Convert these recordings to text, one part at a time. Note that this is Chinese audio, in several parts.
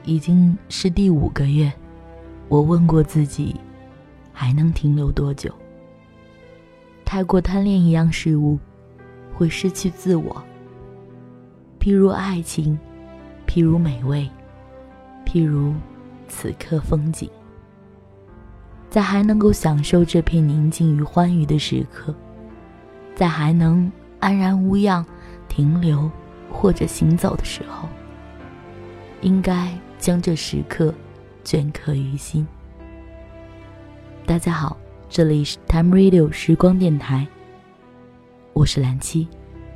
已经是第5个月，我问过自己，还能停留多久？太过贪恋一样事物，会失去自我。譬如爱情，譬如美味，譬如此刻风景。在还能够享受这片宁静与欢愉的时刻，在还能安然无恙停留或者行走的时候，应该将这时刻镌刻于心。大家好，这里是 Time Radio 时光电台，我是蓝七。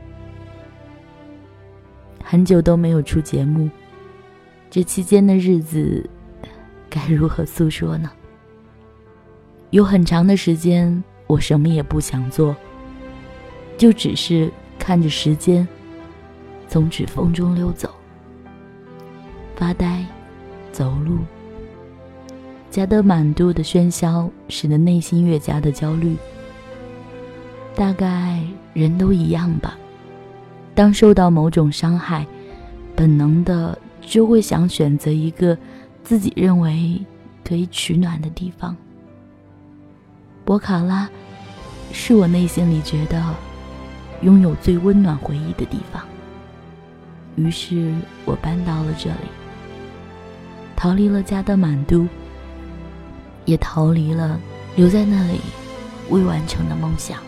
很久都没有出节目，这期间的日子该如何诉说呢？有很长的时间，我什么也不想做，就只是看着时间从指缝中溜走，发呆，走路。加德满都的喧嚣使得内心越加的焦虑。大概人都一样吧，当受到某种伤害，本能的就会想选择一个自己认为可以取暖的地方。博卡拉是我内心里觉得拥有最温暖回忆的地方，于是我搬到了这里，逃离了加德满都，也逃离了留在那里未完成的梦想。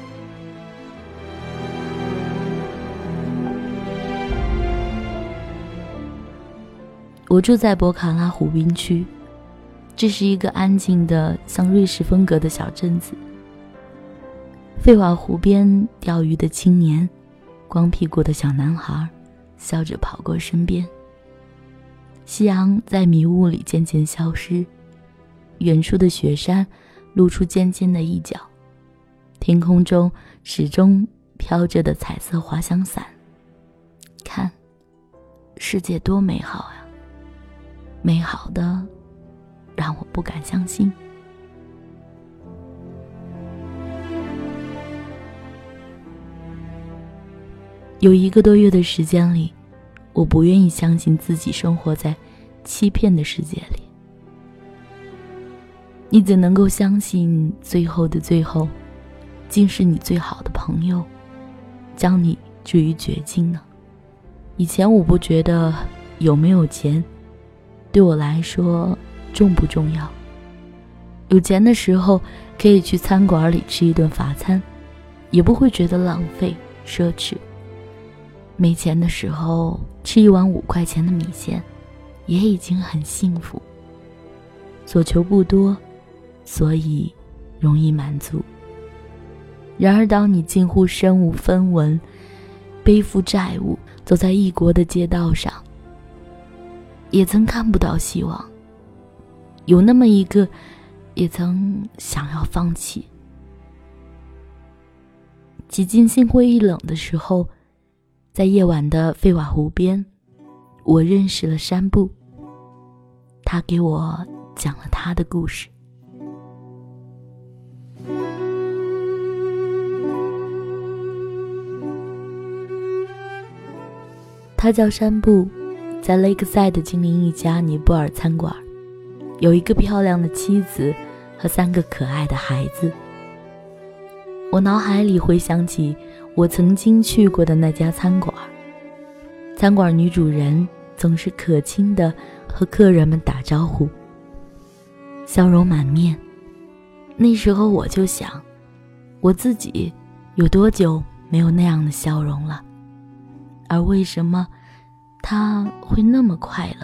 我住在博卡拉湖滨区，这是一个安静的像瑞士风格的小镇子。费瓦湖边钓鱼的青年，光屁股的小男孩笑着跑过身边。夕阳在迷雾里渐渐消失，远处的雪山露出尖尖的一角，天空中始终飘着的彩色滑翔伞。看，世界多美好啊，美好的让我不敢相信。有1个多月的时间里，我不愿意相信自己生活在欺骗的世界里。你怎能够相信最后的最后，竟是你最好的朋友将你置于绝境呢？以前我不觉得有没有钱对我来说重不重要，有钱的时候可以去餐馆里吃一顿法餐，也不会觉得浪费奢侈。没钱的时候吃一碗5块钱的米线也已经很幸福。所求不多，所以容易满足。然而当你近乎身无分文，背负债务，走在异国的街道上，也曾看不到希望，有那么一个也曾想要放弃。几近心灰意冷的时候，在夜晚的费瓦湖边，我认识了山布，他给我讲了他的故事。他叫山布，在 Lakeside 经营一家尼泊尔餐馆，有一个漂亮的妻子和3个可爱的孩子。我脑海里回想起我曾经去过的那家餐馆，餐馆女主人总是可亲地和客人们打招呼，笑容满面。那时候我就想，我自己有多久没有那样的笑容了，而为什么她会那么快乐？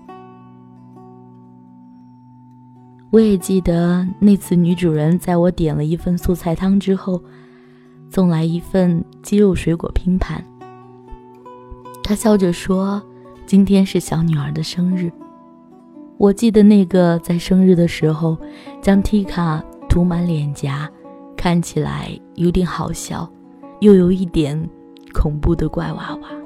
我也记得那次女主人在我点了一份素菜汤之后，送来一份鸡肉水果拼盘。她笑着说，今天是小女儿的生日。我记得那个在生日的时候将 Tika 涂满脸颊，看起来有点好笑又有一点恐怖的怪娃娃。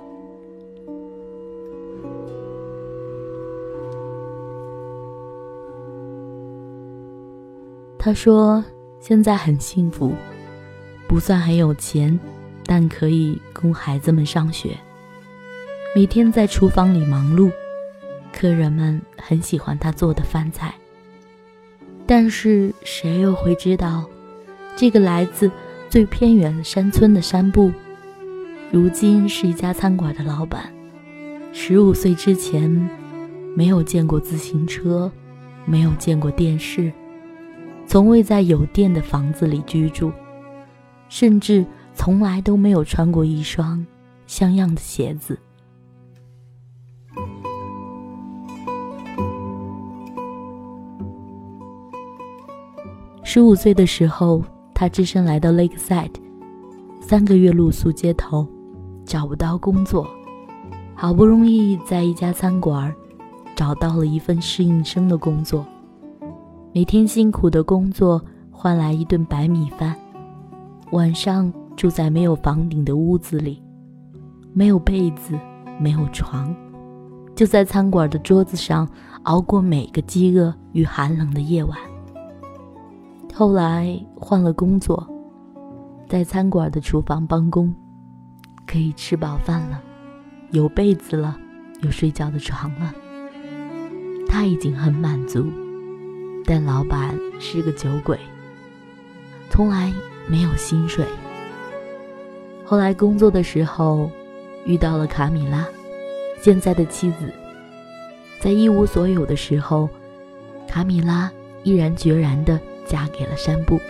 他说现在很幸福，不算很有钱，但可以供孩子们上学。每天在厨房里忙碌， 客人们很喜欢他做的饭菜。但是谁又会知道，这个来自最偏远的山村的山布，如今是一家餐馆的老板。15岁之前没有见过自行车，没有见过电视，从未在有电的房子里居住，甚至从来都没有穿过一双像样的鞋子。15岁的时候，他只身来到 Lakeside， 3个月露宿街头，找不到工作，好不容易在一家餐馆找到了一份侍应生的工作。每天辛苦的工作换来一顿白米饭，晚上住在没有房顶的屋子里，没有被子，没有床，就在餐馆的桌子上熬过每个饥饿与寒冷的夜晚。后来换了工作，在餐馆的厨房帮工，可以吃饱饭了，有被子了，有睡觉的床了。他已经很满足，但老板是个酒鬼，从来没有薪水。后来工作的时候遇到了卡米拉，现在的妻子。在一无所有的时候，卡米拉毅然决然地嫁给了山布。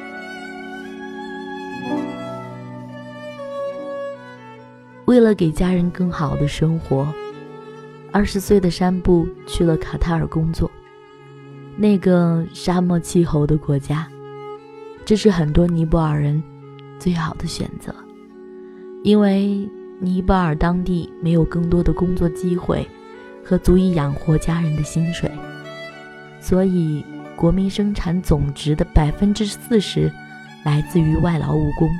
为了给家人更好的生活，20岁的山布去了卡塔尔工作，那个沙漠气候的国家，这是很多尼泊尔人最好的选择。因为尼泊尔当地没有更多的工作机会和足以养活家人的薪水，所以国民生产总值的40%来自于外劳务工。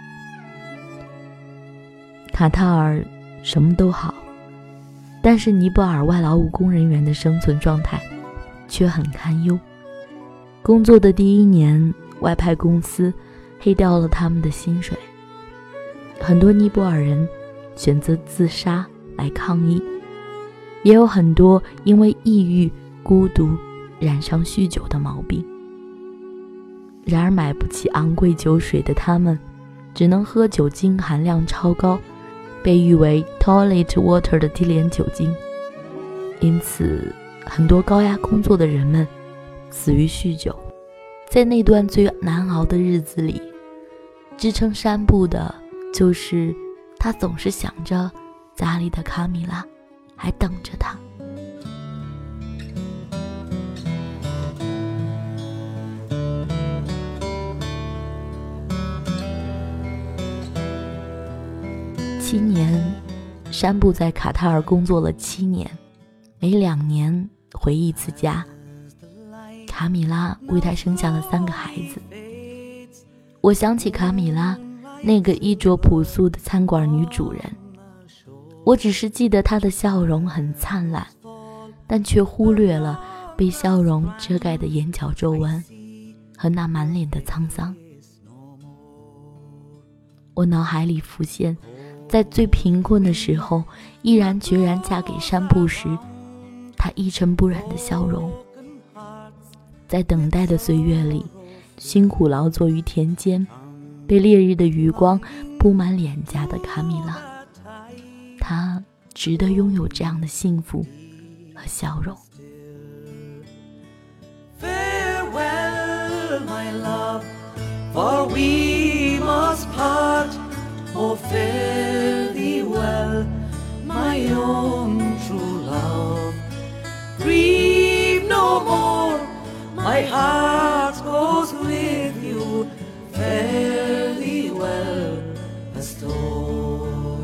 卡塔尔什么都好，但是尼泊尔外劳务工人员的生存状态却很堪忧。工作的第1年，外派公司黑掉了他们的薪水，很多尼泊尔人选择自杀来抗议，也有很多因为抑郁、孤独染上酗酒的毛病。然而买不起昂贵酒水的他们，只能喝酒精含量超高，被誉为 toilet water 的低廉酒精。因此很多高压工作的人们死于酗酒。在那段最难熬的日子里，支撑山布的就是他总是想着家里的卡米拉还等着他。7年，山布在卡塔尔工作了7年，每2年回一次家。卡米拉为他生下了3个孩子。我想起卡米拉，那个衣着朴素的餐馆女主人，我只是记得她的笑容很灿烂，但却忽略了被笑容遮盖的眼角皱纹和那满脸的沧桑。我脑海里浮现，在最贫困的时候毅然决然嫁给山布时，她一尘不染的笑容。在等待的岁月里，辛苦劳作于田间，被烈日的余光布满脸颊的卡米拉，她值得拥有这样的幸福和笑容。 Farewell, my love, for we must part. Oh, fare thee well, my own true love. Grieve no more, my heart goes with you. Fare thee well, Pastor.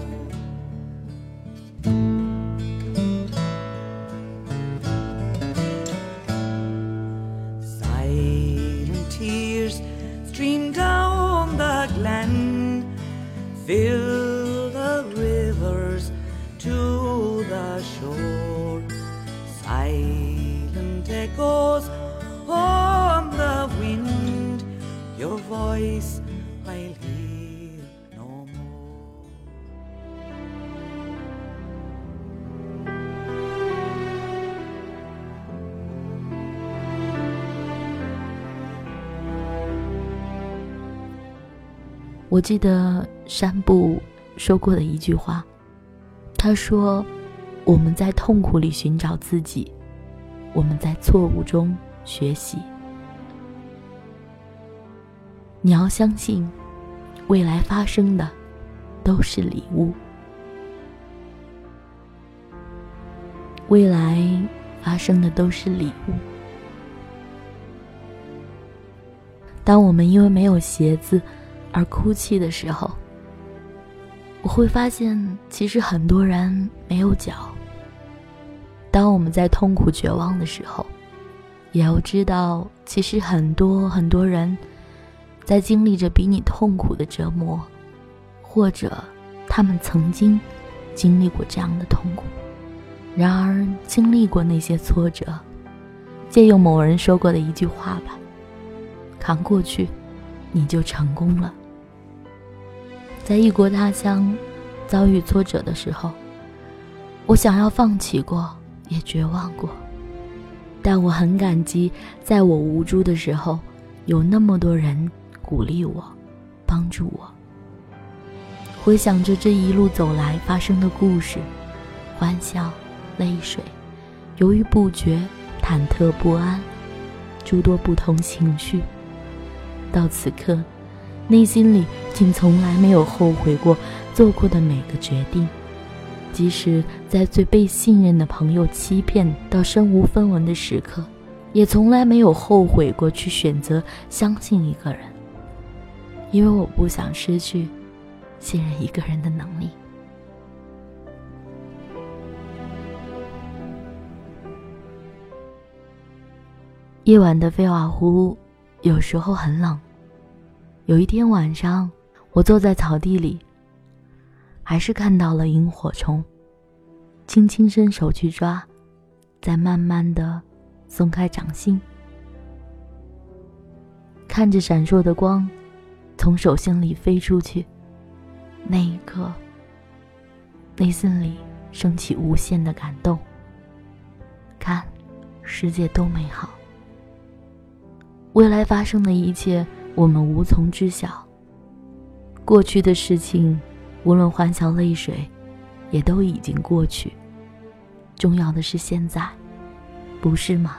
Silent tears stream down the glen, fill the rivers to the shore. Silent echoes on the wind, your voice I'll hear no more. 我记得山布说过的一句话，他说，我们在痛苦里寻找自己，我们在错误中学习。你要相信，未来发生的都是礼物。未来发生的都是礼物。当我们因为没有鞋子而哭泣的时候，我会发现其实很多人没有脚。当我们在痛苦绝望的时候，也要知道其实很多人在经历着比你痛苦的折磨，或者他们曾经经历过这样的痛苦。然而经历过那些挫折，借用某人说过的一句话吧，扛过去你就成功了。在异国他乡遭遇挫折的时候，我想要放弃过，也绝望过，但我很感激在我无助的时候有那么多人鼓励我，帮助我。回想着这一路走来发生的故事，欢笑泪水，犹豫不决，忐忑不安，诸多不同情绪，到此刻内心里竟从来没有后悔过做过的每个决定。即使在最被信任的朋友欺骗到身无分文的时刻，也从来没有后悔过去选择相信一个人，因为我不想失去信任一个人的能力。夜晚的费瓦湖有时候很冷。有一天晚上，我坐在草地里，还是看到了萤火虫，轻轻伸手去抓，再慢慢地松开掌心，看着闪烁的光从手心里飞出去，那一刻内心里升起无限的感动。看，世界多美好。未来发生的一切我们无从知晓，过去的事情无论欢笑泪水也都已经过去，重要的是现在，不是吗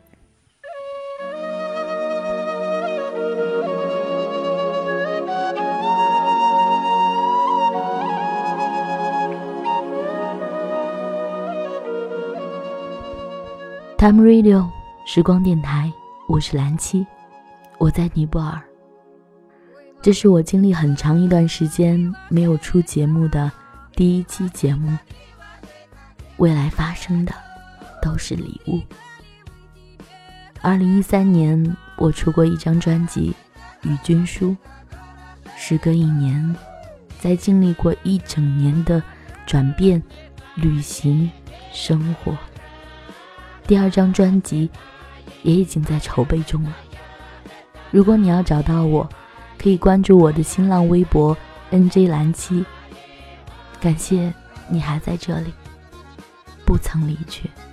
？Time Radio 时光电台，我是蓝七，我在尼泊尔。这是我经历很长一段时间没有出节目的第一期节目。未来发生的都是礼物。2013年我出过一张专辑《与君书》，时隔1年，在经历过一整年的转变、旅行、生活，第2张专辑也已经在筹备中了。如果你要找到我，可以关注我的新浪微博 NJ 蓝七。感谢你还在这里，不曾离去。